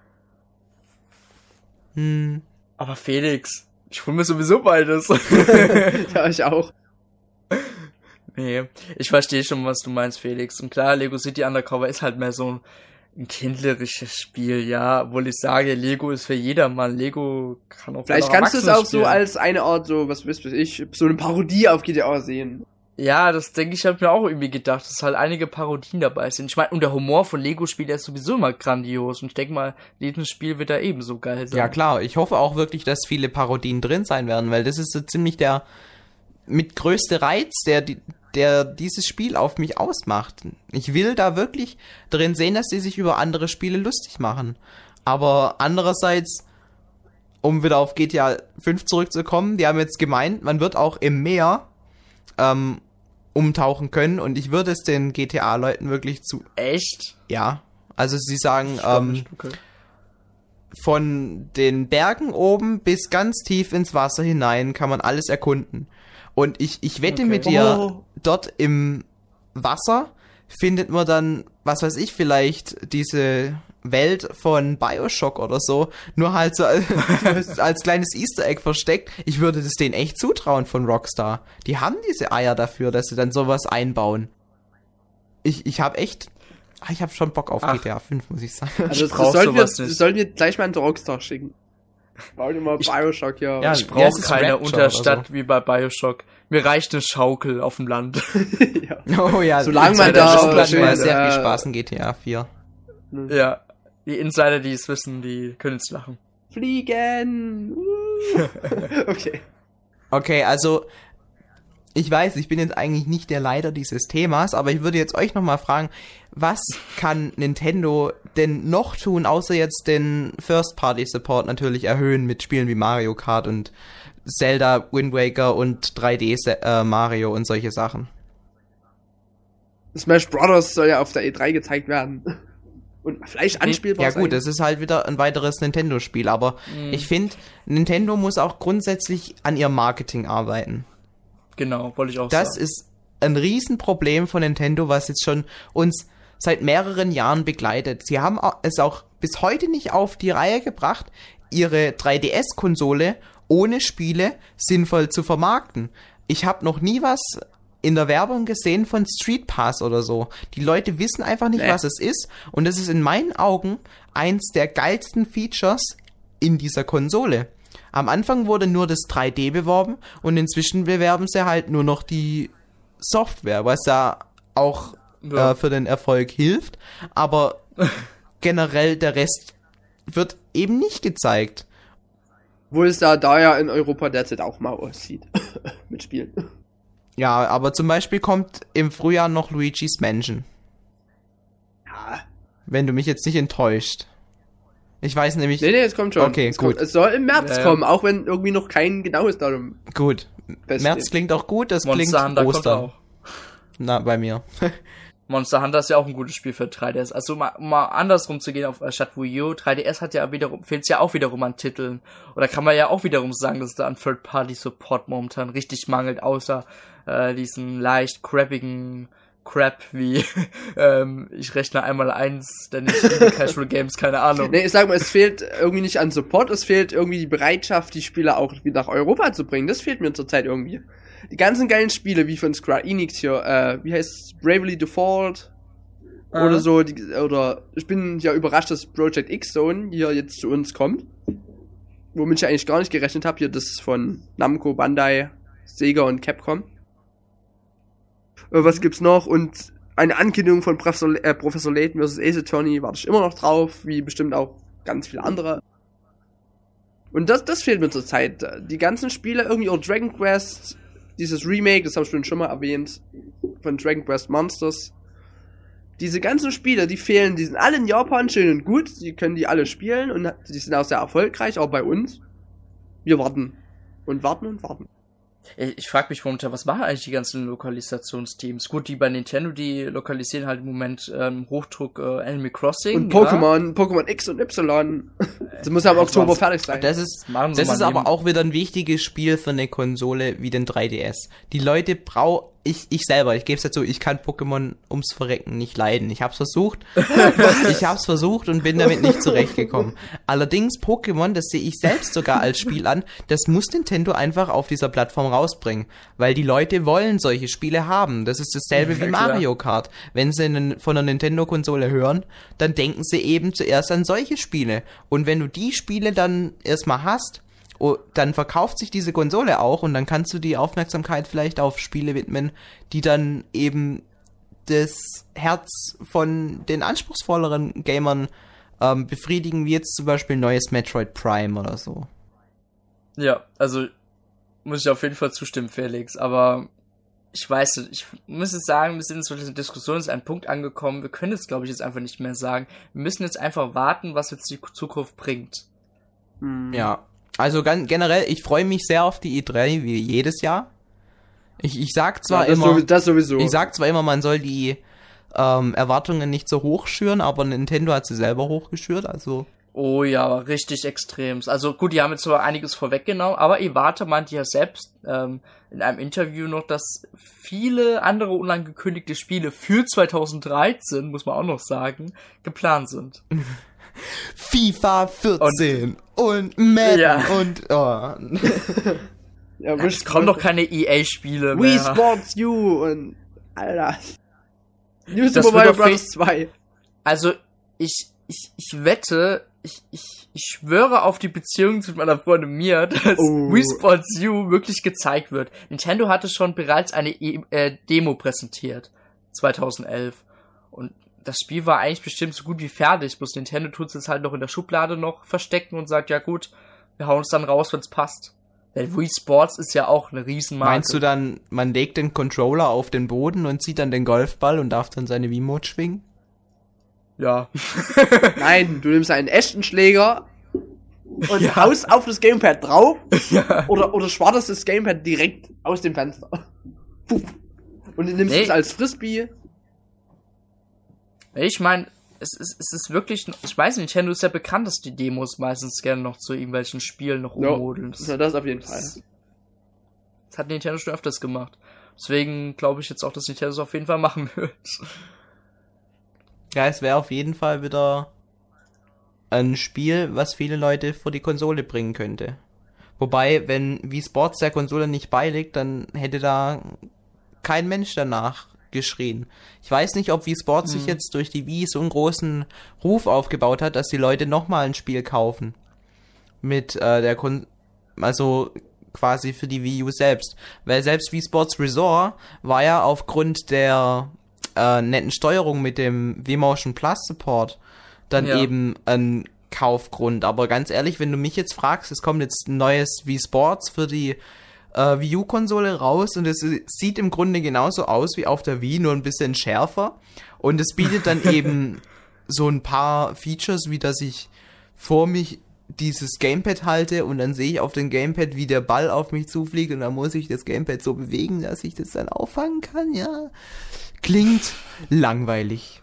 [SPEAKER 3] Aber Felix, ich hol mir sowieso beides.
[SPEAKER 1] Ja, ich auch.
[SPEAKER 3] Nee, ich verstehe schon, was du meinst, Felix. Und klar, Lego City Undercover ist halt mehr so ein kindlerisches Spiel, ja. Obwohl ich sage, Lego ist für jedermann. Lego kann auch...
[SPEAKER 1] Vielleicht kannst du es auch so als eine Art, so, was weiß ich, so eine Parodie auf GTA sehen.
[SPEAKER 3] Ja, das denke ich, habe mir auch irgendwie gedacht, dass halt einige Parodien dabei sind. Ich meine, und der Humor von Lego-Spielen ist sowieso immer grandios. Und ich denke mal, jedes Spiel wird da ebenso geil sein.
[SPEAKER 2] Ja klar, ich hoffe auch wirklich, dass viele Parodien drin sein werden, weil das ist so ziemlich der mit größte Reiz, der dieses Spiel auf mich ausmacht. Ich will da wirklich drin sehen, dass die sich über andere Spiele lustig machen. Aber andererseits, um wieder auf GTA 5 zurückzukommen, die haben jetzt gemeint, man wird auch im Meer umtauchen können und ich würde es den GTA-Leuten wirklich
[SPEAKER 3] Echt?
[SPEAKER 2] Ja, also sie sagen,
[SPEAKER 3] Okay.
[SPEAKER 2] von den Bergen oben bis ganz tief ins Wasser hinein kann man alles erkunden. Und ich wette mit dir, dort im Wasser findet man dann, was weiß ich, vielleicht diese Welt von BioShock oder so, nur halt so als kleines Easter Egg versteckt. Ich würde das denen echt zutrauen von Rockstar. Die haben diese Eier dafür, dass sie dann sowas einbauen. Ich habe schon Bock auf GTA 5, muss ich sagen.
[SPEAKER 1] Also das sollten wir gleich mal an Rockstar schicken. Bauen wir mal BioShock, ja.
[SPEAKER 3] Ja, ich brauche keine Unterstadt wie bei BioShock. Mir reicht eine Schaukel auf dem Land.
[SPEAKER 2] Ja. Oh ja,
[SPEAKER 1] solange man da
[SPEAKER 2] sehr viel Spaß in GTA 4.
[SPEAKER 3] Ja, die Insider, die es wissen, die können jetzt lachen.
[SPEAKER 1] Fliegen! Okay,
[SPEAKER 2] also ich weiß, ich bin jetzt eigentlich nicht der Leiter dieses Themas, aber ich würde jetzt euch nochmal fragen, was kann Nintendo denn noch tun, außer jetzt den First-Party-Support natürlich erhöhen mit Spielen wie Mario Kart und Zelda, Wind Waker und 3D Mario und solche Sachen?
[SPEAKER 1] Smash Brothers soll ja auf der E3 gezeigt werden. Und vielleicht anspielbar sein.
[SPEAKER 2] Ja gut, das ist halt wieder ein weiteres Nintendo-Spiel, aber ich finde, Nintendo muss auch grundsätzlich an ihrem Marketing arbeiten.
[SPEAKER 3] Genau, wollte ich auch sagen.
[SPEAKER 2] Das ist ein Riesenproblem von Nintendo, was jetzt schon uns seit mehreren Jahren begleitet. Sie haben es auch bis heute nicht auf die Reihe gebracht, ihre 3DS-Konsole ohne Spiele sinnvoll zu vermarkten. Ich habe noch nie was in der Werbung gesehen von Street Pass oder so. Die Leute wissen einfach nicht, was es ist. Und das ist in meinen Augen eins der geilsten Features in dieser Konsole. Am Anfang wurde nur das 3D beworben und inzwischen bewerben sie halt nur noch die Software, was ja auch für den Erfolg hilft. Aber generell der Rest wird eben nicht gezeigt.
[SPEAKER 1] Obwohl es da ja in Europa derzeit auch mal aussieht. Mit Spielen.
[SPEAKER 2] Ja, aber zum Beispiel kommt im Frühjahr noch Luigi's Mansion.
[SPEAKER 1] Ja.
[SPEAKER 2] Wenn du mich jetzt nicht enttäuscht. Ich weiß nämlich...
[SPEAKER 1] Nee, es kommt schon.
[SPEAKER 2] Okay, gut.
[SPEAKER 1] Es soll im März kommen, auch wenn irgendwie noch kein genaues Datum.
[SPEAKER 2] Gut. März klingt auch gut, das
[SPEAKER 3] Monster
[SPEAKER 2] klingt
[SPEAKER 3] Hunter
[SPEAKER 2] Ostern.
[SPEAKER 3] kommt auch.
[SPEAKER 2] Na, bei mir.
[SPEAKER 3] Monster Hunter ist ja auch ein gutes Spiel für 3DS. Also mal andersrum zu gehen, statt Wii U, 3DS hat ja wiederum, fehlt es ja auch wiederum an Titeln. Oder kann man ja auch wiederum sagen, dass es da an Third-Party-Support momentan richtig mangelt, außer diesen leicht crappigen Crap wie ich rechne einmal 1, denn ich liebe Casual Games, keine Ahnung.
[SPEAKER 1] Nee, ich sag mal, es fehlt irgendwie nicht an Support, es fehlt irgendwie die Bereitschaft, die Spieler auch wieder nach Europa zu bringen. Das fehlt mir zurzeit irgendwie. Die ganzen geilen Spiele, wie von Square Enix hier, wie heißt Bravely Default oder so, oder ich bin ja überrascht, dass Project X Zone hier jetzt zu uns kommt. Womit ich eigentlich gar nicht gerechnet habe, hier das ist von Namco, Bandai, Sega und Capcom. Was gibt's noch? Und eine Ankündigung von Professor Layton vs. Ace Attorney warte ich immer noch drauf, wie bestimmt auch ganz viele andere. Und das fehlt mir zurzeit. Die ganzen Spiele, irgendwie auch Dragon Quest, dieses Remake, das habe ich schon mal erwähnt, von Dragon Quest Monsters. Diese ganzen Spiele, die fehlen, die sind alle in Japan schön und gut, die können die alle spielen und die sind auch sehr erfolgreich, auch bei uns. Wir warten. Und warten und warten.
[SPEAKER 3] Ich frage mich momentan, was machen eigentlich die ganzen Lokalisationsteams? Gut, die bei Nintendo, die lokalisieren halt im Moment Hochdruck Animal Crossing.
[SPEAKER 1] Und Pokémon X und Y. Das muss ja im Oktober fertig sein.
[SPEAKER 2] Das ist aber auch wieder ein wichtiges Spiel für eine Konsole wie den 3DS. Die Leute ich gebe es dazu, ich kann Pokémon ums Verrecken nicht leiden. Ich hab's versucht und bin damit nicht zurechtgekommen. Allerdings Pokémon, das sehe ich selbst sogar als Spiel an, das muss Nintendo einfach auf dieser Plattform rausbringen, weil die Leute wollen solche Spiele haben. Das ist dasselbe wie Mario Kart. Wenn sie von einer Nintendo-Konsole hören, dann denken sie eben zuerst an solche Spiele. Und wenn du die Spiele dann erstmal hast dann verkauft sich diese Konsole auch und dann kannst du die Aufmerksamkeit vielleicht auf Spiele widmen, die dann eben das Herz von den anspruchsvolleren Gamern befriedigen, wie jetzt zum Beispiel neues Metroid Prime oder so.
[SPEAKER 3] Ja, also muss ich auf jeden Fall zustimmen, Felix, aber ich weiß nicht, ich muss jetzt sagen, wir sind in so einer Diskussion, ist ein Punkt angekommen, wir können jetzt, glaube ich, jetzt einfach nicht mehr sagen. Wir müssen jetzt einfach warten, was jetzt die Zukunft bringt.
[SPEAKER 2] Ja, also generell, ich freue mich sehr auf die E3, wie jedes Jahr. Ich sag zwar
[SPEAKER 1] das sowieso.
[SPEAKER 2] Ich sag zwar immer, man soll die Erwartungen nicht so hoch schüren, aber Nintendo hat sie selber hochgeschürt, also.
[SPEAKER 3] Oh ja, richtig extrem. Also gut, die haben jetzt zwar einiges vorweggenommen, aber Iwata meinte ja selbst in einem Interview noch, dass viele andere unangekündigte Spiele für 2013, muss man auch noch sagen, geplant sind.
[SPEAKER 2] FIFA 14 und Madden
[SPEAKER 3] Ja.
[SPEAKER 2] und
[SPEAKER 1] Ja,
[SPEAKER 3] Es kommen doch keine EA-Spiele
[SPEAKER 1] Wii
[SPEAKER 3] mehr.
[SPEAKER 1] Sports U und Alter. New
[SPEAKER 3] Das
[SPEAKER 1] Super Mario
[SPEAKER 3] wird doch
[SPEAKER 1] Bros. 2.
[SPEAKER 3] Also, ich wette, ich schwöre auf die Beziehung zu meiner Freundin Mia, dass Wii Sports U wirklich gezeigt wird. Nintendo hatte schon bereits eine Demo präsentiert. 2011. Und das Spiel war eigentlich bestimmt so gut wie fertig. Bloß Nintendo tut es jetzt halt noch in der Schublade noch verstecken und sagt, ja gut, wir hauen es dann raus, wenn es passt. Weil Wii Sports ist ja auch eine Riesenmarke.
[SPEAKER 2] Meinst du dann, man legt den Controller auf den Boden und zieht dann den Golfball und darf dann seine Wiimote schwingen?
[SPEAKER 3] Ja.
[SPEAKER 1] Nein, du nimmst einen echten Schläger und haust auf das Gamepad drauf oder schwartest das Gamepad direkt aus dem Fenster. Puff. Und du nimmst es als Frisbee.
[SPEAKER 3] Ich meine, es ist wirklich, ich weiß nicht, Nintendo ist ja bekannt, dass die Demos meistens gerne noch zu irgendwelchen Spielen noch ummodeln.
[SPEAKER 1] Ja, das auf jeden Fall.
[SPEAKER 3] Das hat Nintendo schon öfters gemacht. Deswegen glaube ich jetzt auch, dass Nintendo es auf jeden Fall machen wird.
[SPEAKER 2] Ja, es wäre auf jeden Fall wieder ein Spiel, was viele Leute vor die Konsole bringen könnte. Wobei, wenn Wii Sports der Konsole nicht beiliegt, dann hätte da kein Mensch danach geschrien. Ich weiß nicht, ob Wii Sports sich jetzt durch die Wii so einen großen Ruf aufgebaut hat, dass die Leute nochmal ein Spiel kaufen. Mit also quasi für die Wii U selbst. Weil selbst Wii Sports Resort war ja aufgrund der netten Steuerung mit dem Wii Motion Plus Support dann eben ein Kaufgrund. Aber ganz ehrlich, wenn du mich jetzt fragst, es kommt jetzt ein neues Wii Sports für die Wii U-Konsole raus und es sieht im Grunde genauso aus wie auf der Wii, nur ein bisschen schärfer. Und es bietet dann eben so ein paar Features, wie dass ich vor mich dieses Gamepad halte und dann sehe ich auf dem Gamepad, wie der Ball auf mich zufliegt und dann muss ich das Gamepad so bewegen, dass ich das dann auffangen kann, ja. Klingt langweilig.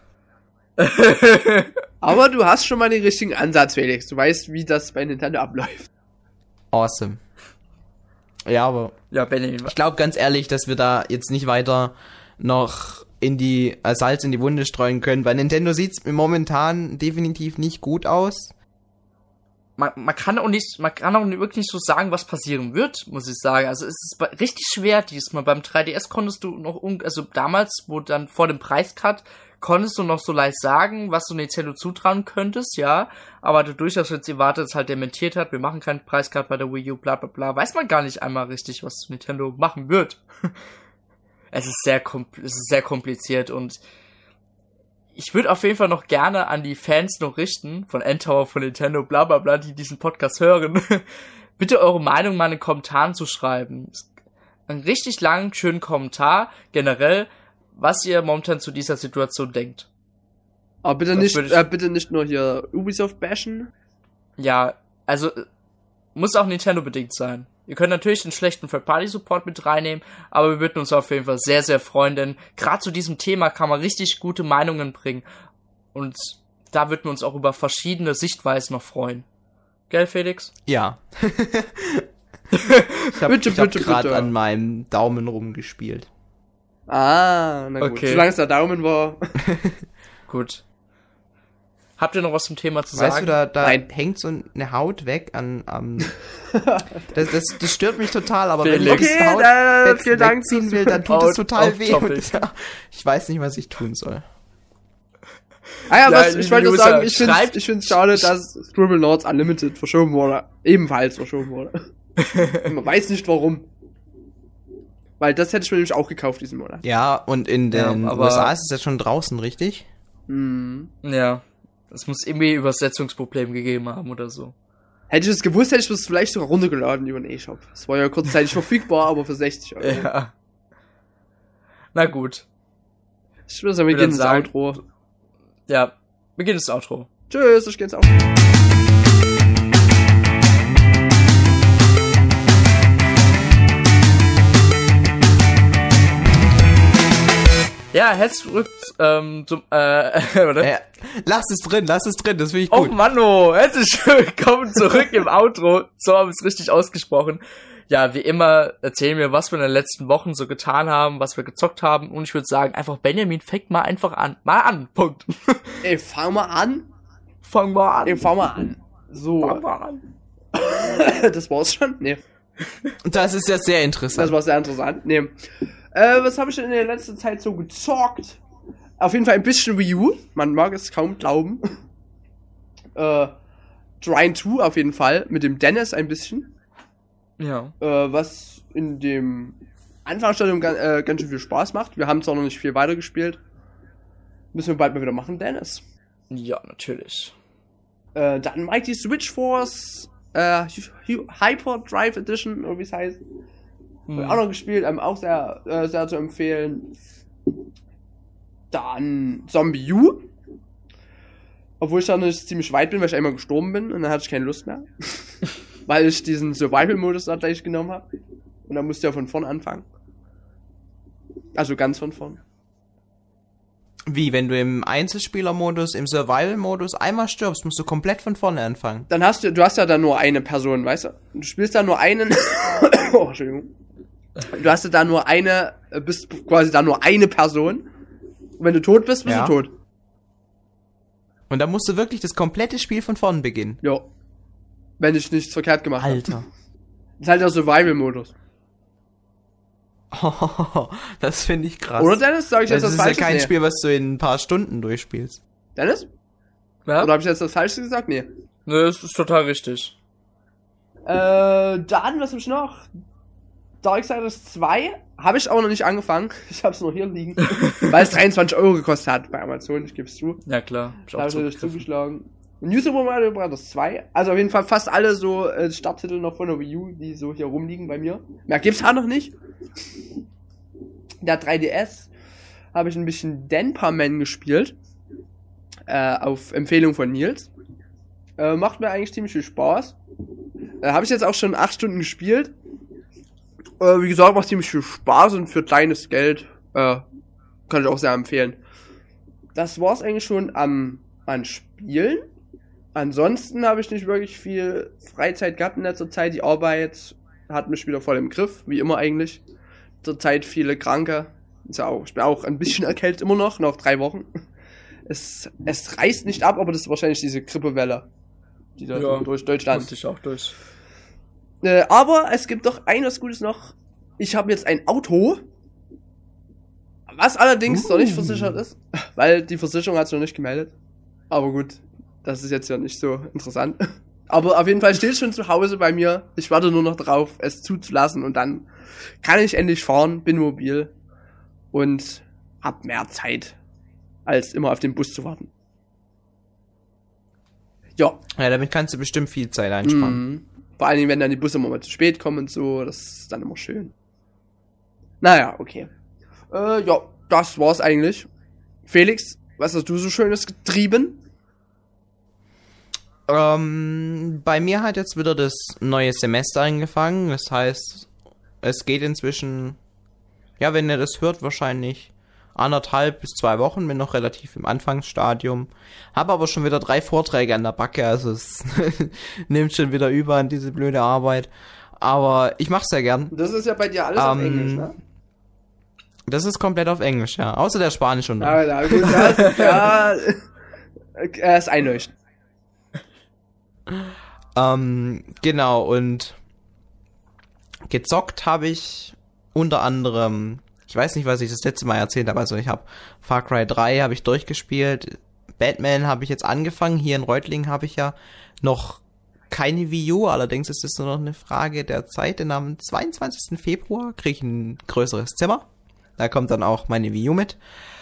[SPEAKER 1] Aber du hast schon mal den richtigen Ansatz, Felix. Du weißt, wie das bei Nintendo abläuft.
[SPEAKER 2] Awesome. Ja, aber
[SPEAKER 3] Ja, Benny.
[SPEAKER 2] ich glaube ganz ehrlich, dass wir da jetzt nicht weiter noch in die Salz in die Wunde streuen können. Bei Nintendo sieht's momentan definitiv nicht gut aus.
[SPEAKER 3] Man kann auch wirklich nicht so sagen, was passieren wird, muss ich sagen. Also es ist richtig schwer diesmal. Beim 3DS konntest du noch, also damals, wo dann vor dem Preiscut, konntest du noch so leicht sagen, was du Nintendo zutrauen könntest, ja. Aber dadurch, dass jetzt Iwata es halt dementiert hat, wir machen keinen Preiscut bei der Wii U, bla bla bla, weiß man gar nicht einmal richtig, was Nintendo machen wird. Es ist sehr kompliziert und ich würde auf jeden Fall noch gerne an die Fans noch richten, von N-Tower, von Nintendo, bla bla bla, die diesen Podcast hören, bitte eure Meinung mal in den Kommentaren zu schreiben. Einen richtig langen, schönen Kommentar, generell, was ihr momentan zu dieser Situation denkt.
[SPEAKER 1] Aber bitte nicht nur hier Ubisoft bashen.
[SPEAKER 3] Ja, also, muss auch Nintendo bedingt sein. Ihr könnt natürlich den schlechten Third-Party-Support mit reinnehmen, aber wir würden uns auf jeden Fall sehr, sehr freuen, denn gerade zu diesem Thema kann man richtig gute Meinungen bringen und da würden wir uns auch über verschiedene Sichtweisen noch freuen. Gell, Felix?
[SPEAKER 2] Ja. Ich hab gerade an meinem Daumen rumgespielt.
[SPEAKER 1] Ah, na gut.
[SPEAKER 3] Okay.
[SPEAKER 1] Solange es der Daumen war.
[SPEAKER 3] Gut. Habt ihr noch was zum Thema zu sagen?
[SPEAKER 2] Weißt du, da hängt so eine Haut weg an das stört mich total, aber wenn ich diese Haut wegziehen will, dann tut es total weh. Und, ja, ich weiß nicht, was ich tun soll.
[SPEAKER 1] Ah ja,
[SPEAKER 3] Ja,
[SPEAKER 1] ich wollte nur
[SPEAKER 3] User
[SPEAKER 1] sagen,
[SPEAKER 3] schreibt-
[SPEAKER 1] ich find's schade, dass Scribblenauts Unlimited verschoben wurde. Ebenfalls verschoben wurde. Man weiß nicht warum. Weil das hätte ich mir nämlich auch gekauft diesen Monat.
[SPEAKER 2] Ja, und in den
[SPEAKER 3] aber-
[SPEAKER 2] USA ist es ja schon draußen, richtig?
[SPEAKER 1] Mhm.
[SPEAKER 3] Ja. Es muss irgendwie Übersetzungsproblem gegeben haben oder so.
[SPEAKER 1] Hätte ich das gewusst, hätte ich das vielleicht sogar runtergeladen über den eShop. Es war ja kurzzeitig verfügbar, aber für 60 Euro.
[SPEAKER 3] Ja. Na gut.
[SPEAKER 1] Ich würde sagen, wir
[SPEAKER 3] Würde
[SPEAKER 1] gehen ins
[SPEAKER 3] sagen-
[SPEAKER 1] Outro.
[SPEAKER 3] Ja. Beginn das Outro.
[SPEAKER 1] Tschüss, ich geh ins Outro.
[SPEAKER 3] Ja, herzlich zurück zum, oder?
[SPEAKER 2] Ja, lass es drin, das finde ich
[SPEAKER 3] Oh
[SPEAKER 2] gut.
[SPEAKER 3] Manno, herzlich willkommen zurück im Outro. So haben wir es richtig ausgesprochen. Ja, wie immer erzählen wir, was wir in den letzten Wochen so getan haben, was wir gezockt haben. Und ich würde sagen, einfach Benjamin, fängt mal einfach an. Mal an, Punkt.
[SPEAKER 1] Ey, fang mal an.
[SPEAKER 3] Fang mal an.
[SPEAKER 1] Fang mal an. So.
[SPEAKER 3] Fang mal an.
[SPEAKER 1] Das war's schon? Nee.
[SPEAKER 2] Das ist ja sehr interessant.
[SPEAKER 1] Das war sehr interessant. Nee. Was habe ich denn in der letzten Zeit so gezockt? Auf jeden Fall ein bisschen Wii U. Man mag es kaum glauben. Trine 2 auf jeden Fall. Mit dem Dennis ein bisschen.
[SPEAKER 3] Ja.
[SPEAKER 1] Was in dem Anfangsstadium ganz schön viel Spaß macht. Wir haben zwar noch nicht viel weitergespielt. Müssen wir bald mal wieder machen, Dennis.
[SPEAKER 3] Ja, natürlich.
[SPEAKER 1] Dann Mighty Switch Force Hyper Drive Edition, oder wie es heißt. Auch noch gespielt, auch sehr, sehr zu empfehlen. Dann Zombie U. Obwohl ich da nicht ziemlich weit bin, weil ich einmal gestorben bin und dann hatte ich keine Lust mehr. Weil ich diesen Survival-Modus da gleich genommen habe. Und dann musste ich ja von vorn anfangen. Also ganz von vorn.
[SPEAKER 2] Wie, wenn du im Einzelspieler-Modus, im Survival-Modus einmal stirbst, musst du komplett von vorne anfangen.
[SPEAKER 1] Dann hast du hast ja da nur eine Person, weißt du? Du spielst da nur einen. Oh, Entschuldigung. Du hast ja da nur bist quasi da nur eine Person. Und wenn du tot bist, bist
[SPEAKER 2] Ja.
[SPEAKER 1] du tot.
[SPEAKER 2] Und dann musst du wirklich das komplette Spiel von vorne beginnen.
[SPEAKER 1] Ja. Wenn ich nichts verkehrt gemacht habe.
[SPEAKER 2] Alter.
[SPEAKER 1] Das ist halt der Survival-Modus.
[SPEAKER 2] Das finde ich krass.
[SPEAKER 1] Oder Dennis? Sag ich jetzt
[SPEAKER 2] Das
[SPEAKER 1] das
[SPEAKER 2] ist ja
[SPEAKER 1] Falsche?
[SPEAKER 2] kein
[SPEAKER 1] Nee.
[SPEAKER 2] Spiel, was du in ein paar Stunden durchspielst.
[SPEAKER 1] Dennis?
[SPEAKER 3] Ja?
[SPEAKER 1] Oder habe ich jetzt das Falsche gesagt? Nee.
[SPEAKER 3] Ne, das ist total richtig.
[SPEAKER 1] Dann, was hab ich noch? Darksiders 2 habe ich aber noch nicht angefangen. Ich habe es noch hier liegen. Weil es 23 Euro gekostet hat bei Amazon, ich gebe es zu.
[SPEAKER 3] Ja, klar.
[SPEAKER 1] Da habe ich natürlich zugeschlagen. New Super Mario Bros. 2. Also auf jeden Fall fast alle so Starttitel noch von der Wii U, die so hier rumliegen bei mir. Mehr gibt's halt noch nicht. Der 3DS habe ich ein bisschen Denpa-Man gespielt. Auf Empfehlung von Nils. Macht mir eigentlich ziemlich viel Spaß. Habe ich jetzt auch schon 8 Stunden gespielt. Wie gesagt, macht ziemlich viel Spaß und für kleines Geld kann ich auch sehr empfehlen. Das war's eigentlich schon an Spielen. Ansonsten habe ich nicht wirklich viel Freizeit gehabt in letzter Zeit. Die Arbeit hat mich wieder voll im Griff, wie immer eigentlich. Zurzeit viele Kranke. Ist ja auch, ich bin auch ein bisschen erkältet immer noch 3 Wochen. Es reißt nicht ab, aber das ist wahrscheinlich diese Grippewelle, die da
[SPEAKER 3] Ja,
[SPEAKER 1] durch Deutschland.
[SPEAKER 3] musste ich auch durch.
[SPEAKER 1] Aber es gibt doch eines Gutes noch. Ich habe jetzt ein Auto, was allerdings noch nicht versichert ist, weil die Versicherung hat es noch nicht gemeldet. Aber gut, das ist jetzt ja nicht so interessant. Aber auf jeden Fall steht es schon zu Hause bei mir. Ich warte nur noch drauf, es zuzulassen und dann kann ich endlich fahren, bin mobil und hab mehr Zeit, als immer auf den Bus zu warten. Ja.
[SPEAKER 2] Ja, damit kannst du bestimmt viel Zeit einsparen.
[SPEAKER 1] Mhm. Vor allen Dingen, wenn dann die Busse immer mal zu spät kommen und so, das ist dann immer schön. Naja, okay. Ja, das war's eigentlich. Felix, was hast du so Schönes getrieben?
[SPEAKER 2] Bei mir hat jetzt wieder das neue Semester angefangen. Das heißt, es geht inzwischen, ja, wenn ihr das hört, wahrscheinlich 1,5 bis 2 Wochen. Bin noch relativ im Anfangsstadium. Habe aber schon wieder 3 Vorträge an der Backe. Also es nimmt schon wieder über an diese blöde Arbeit. Aber ich mach's sehr gern.
[SPEAKER 1] Das ist ja bei dir alles auf Englisch, ne?
[SPEAKER 2] Das ist komplett auf Englisch, ja. Außer der Spanisch und
[SPEAKER 1] Ja, gut, das, ja, ist einleuchtend.
[SPEAKER 2] Genau, und gezockt habe ich unter anderem, ich weiß nicht, was ich das letzte Mal erzählt habe, also ich habe Far Cry 3 habe ich durchgespielt, Batman habe ich jetzt angefangen. Hier in Reutlingen habe ich ja noch keine Wii U, allerdings ist es nur noch eine Frage der Zeit, denn am 22. Februar kriege ich ein größeres Zimmer. Da kommt dann auch meine Wii U mit.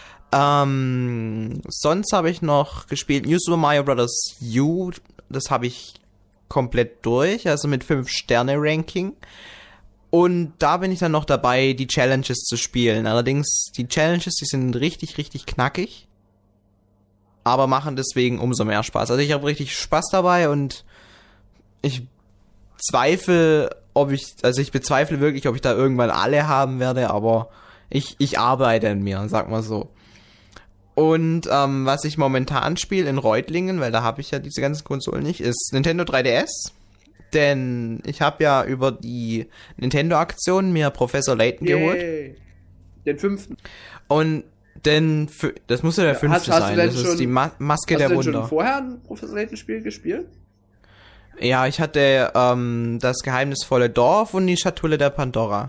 [SPEAKER 2] Sonst habe ich noch gespielt New Super Mario Bros. U. Das habe ich komplett durch, also mit 5-Sterne-Ranking. Und da bin ich dann noch dabei, die Challenges zu spielen. Allerdings, die Challenges, die sind richtig, richtig knackig. Aber machen deswegen umso mehr Spaß. Also ich habe richtig Spaß dabei und ich bezweifle wirklich, ob ich da irgendwann alle haben werde, aber ich arbeite an mir, sag mal so. Und was ich momentan spiele in Reutlingen, weil da habe ich ja diese ganzen Konsolen nicht, ist Nintendo 3DS. Denn ich habe ja über die Nintendo-Aktion mir Professor Layton geholt.
[SPEAKER 1] Den 5.
[SPEAKER 2] Und das muss ja der 5. sein. Das ist die Maske der Wunder. Hast du denn schon
[SPEAKER 1] vorher ein Professor Layton-Spiel gespielt?
[SPEAKER 2] Ja, ich hatte das geheimnisvolle Dorf und die Schatulle der Pandora.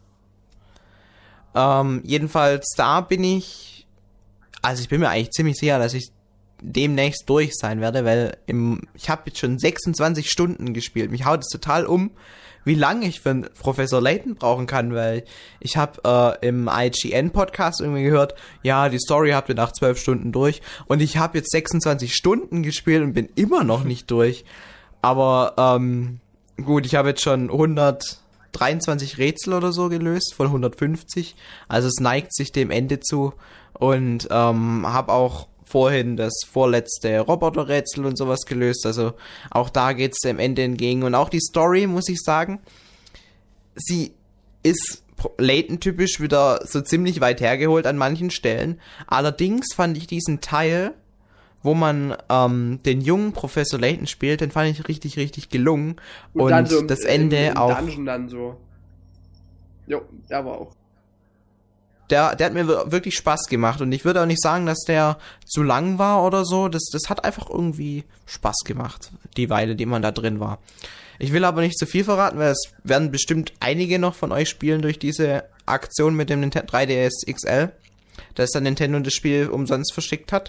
[SPEAKER 2] Jedenfalls da bin ich mir eigentlich ziemlich sicher, dass ich demnächst durch sein werde, weil ich habe jetzt schon 26 Stunden gespielt. Mich haut es total um, wie lange ich für Professor Layton brauchen kann, weil ich habe im IGN-Podcast irgendwie gehört, ja, die Story habt ihr nach 12 Stunden durch und ich habe jetzt 26 Stunden gespielt und bin immer noch nicht durch. Aber gut, ich habe jetzt schon 123 Rätsel oder so gelöst von 150, also es neigt sich dem Ende zu und habe auch vorhin das vorletzte Roboterrätsel und sowas gelöst, also auch da geht's dem Ende entgegen und auch die Story, muss ich sagen, sie ist Layton-typisch wieder so ziemlich weit hergeholt an manchen Stellen, allerdings fand ich diesen Teil, wo man den jungen Professor Layton spielt, den fand ich richtig, richtig gelungen und dann so das Ende im auch
[SPEAKER 1] Dungeon dann so. Jo, der war auch.
[SPEAKER 2] Der hat mir wirklich Spaß gemacht und ich würde auch nicht sagen, dass der zu lang war oder so. Das hat einfach irgendwie Spaß gemacht, die Weile, die man da drin war. Ich will aber nicht zu viel verraten, weil es werden bestimmt einige noch von euch spielen durch diese Aktion mit dem 3DS XL, dass dann Nintendo das Spiel umsonst verschickt hat.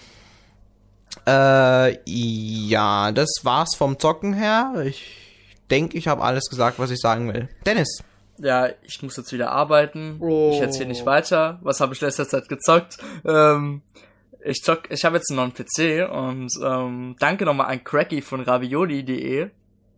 [SPEAKER 2] Ja, das war's vom Zocken her. Ich denke, ich habe alles gesagt, was ich sagen will. Dennis.
[SPEAKER 3] Ja, ich muss jetzt wieder arbeiten. Oh. Ich erzähle nicht weiter. Was habe ich letzter Zeit gezockt? Ich habe jetzt einen neuen PC und danke nochmal an Cracky von ravioli.de.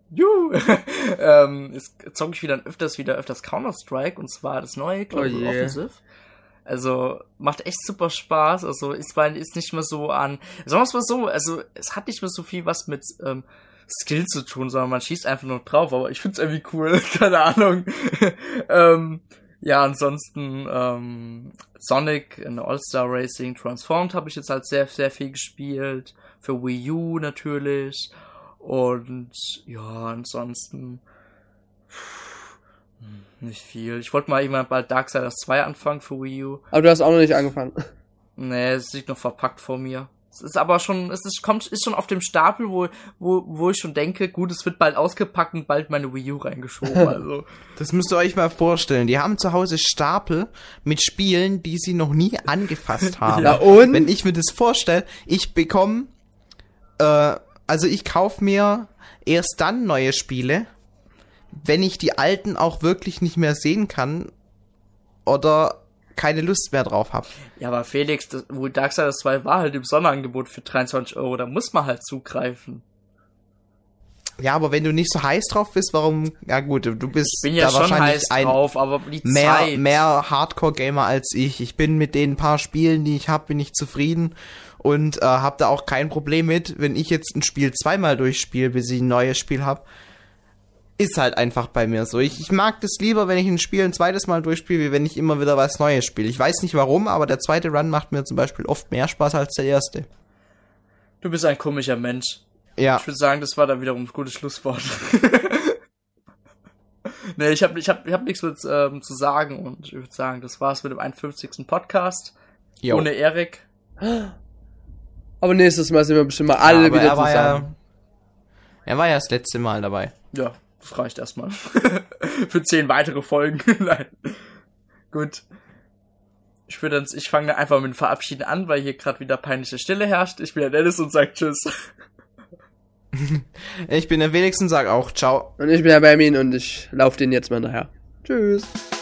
[SPEAKER 3] Jetzt zocke ich öfters Counter-Strike und zwar das neue Global Offensive. Also macht echt super Spaß. Also ist nicht mehr so sagen wir es mal so, also es hat nicht mehr so viel was mit Skill zu tun, sondern man schießt einfach nur drauf, aber ich find's irgendwie cool, keine Ahnung. Ja, ansonsten Sonic in All-Star Racing Transformed habe ich jetzt halt sehr, sehr viel gespielt. Für Wii U natürlich. Und ja, ansonsten nicht viel. Ich wollte mal irgendwann bald Darksiders 2 anfangen für Wii U.
[SPEAKER 1] Aber du hast auch noch nicht angefangen.
[SPEAKER 3] Nee, es liegt noch verpackt vor mir. Es ist aber schon, ist schon auf dem Stapel, wo ich schon denke, gut, es wird bald ausgepackt und bald meine Wii U reingeschoben, also.
[SPEAKER 2] Das müsst ihr euch mal vorstellen. Die haben zu Hause Stapel mit Spielen, die sie noch nie angefasst haben.
[SPEAKER 1] Ja, und?
[SPEAKER 2] Wenn ich mir das vorstelle, ich bekomme, ich kaufe mir erst dann neue Spiele, wenn ich die alten auch wirklich nicht mehr sehen kann oder keine Lust mehr drauf habe.
[SPEAKER 3] Ja, aber Felix, Darksiders 2 war halt im Sonderangebot für 23 €, da muss man halt zugreifen.
[SPEAKER 2] Ja, aber wenn du nicht so heiß drauf bist, warum, ja gut, du bist
[SPEAKER 3] ich bin ja da schon wahrscheinlich heiß drauf, aber die Zeit.
[SPEAKER 2] Mehr Hardcore-Gamer als ich. Ich bin mit den paar Spielen, die ich habe, bin ich zufrieden und habe da auch kein Problem mit, wenn ich jetzt ein Spiel zweimal durchspiele, bis ich ein neues Spiel habe. Ist halt einfach bei mir so. Ich mag das lieber, wenn ich ein Spiel ein zweites Mal durchspiele, wie wenn ich immer wieder was Neues spiele. Ich weiß nicht warum, aber der zweite Run macht mir zum Beispiel oft mehr Spaß als der erste.
[SPEAKER 3] Du bist ein komischer Mensch.
[SPEAKER 2] Ja.
[SPEAKER 3] Ich würde sagen, das war dann wiederum ein gutes Schlusswort. Nee, ich hab nichts mehr zu sagen und ich würde sagen, das war's mit dem 51. Podcast.
[SPEAKER 2] Jo.
[SPEAKER 3] Ohne Erik.
[SPEAKER 1] Aber nächstes Mal sind wir bestimmt mal alle wieder zusammen.
[SPEAKER 2] Er war ja das letzte Mal dabei.
[SPEAKER 3] Ja, das reicht erstmal. Für 10 weitere Folgen. Nein. Gut. ich fange dann einfach mit dem Verabschieden an, weil hier gerade wieder peinliche Stille herrscht. Ich bin der Dennis und sag Tschüss.
[SPEAKER 2] Ich bin der Felix und sag auch ciao.
[SPEAKER 1] Und ich bin der Benjamin und ich laufe den jetzt mal nachher. Tschüss.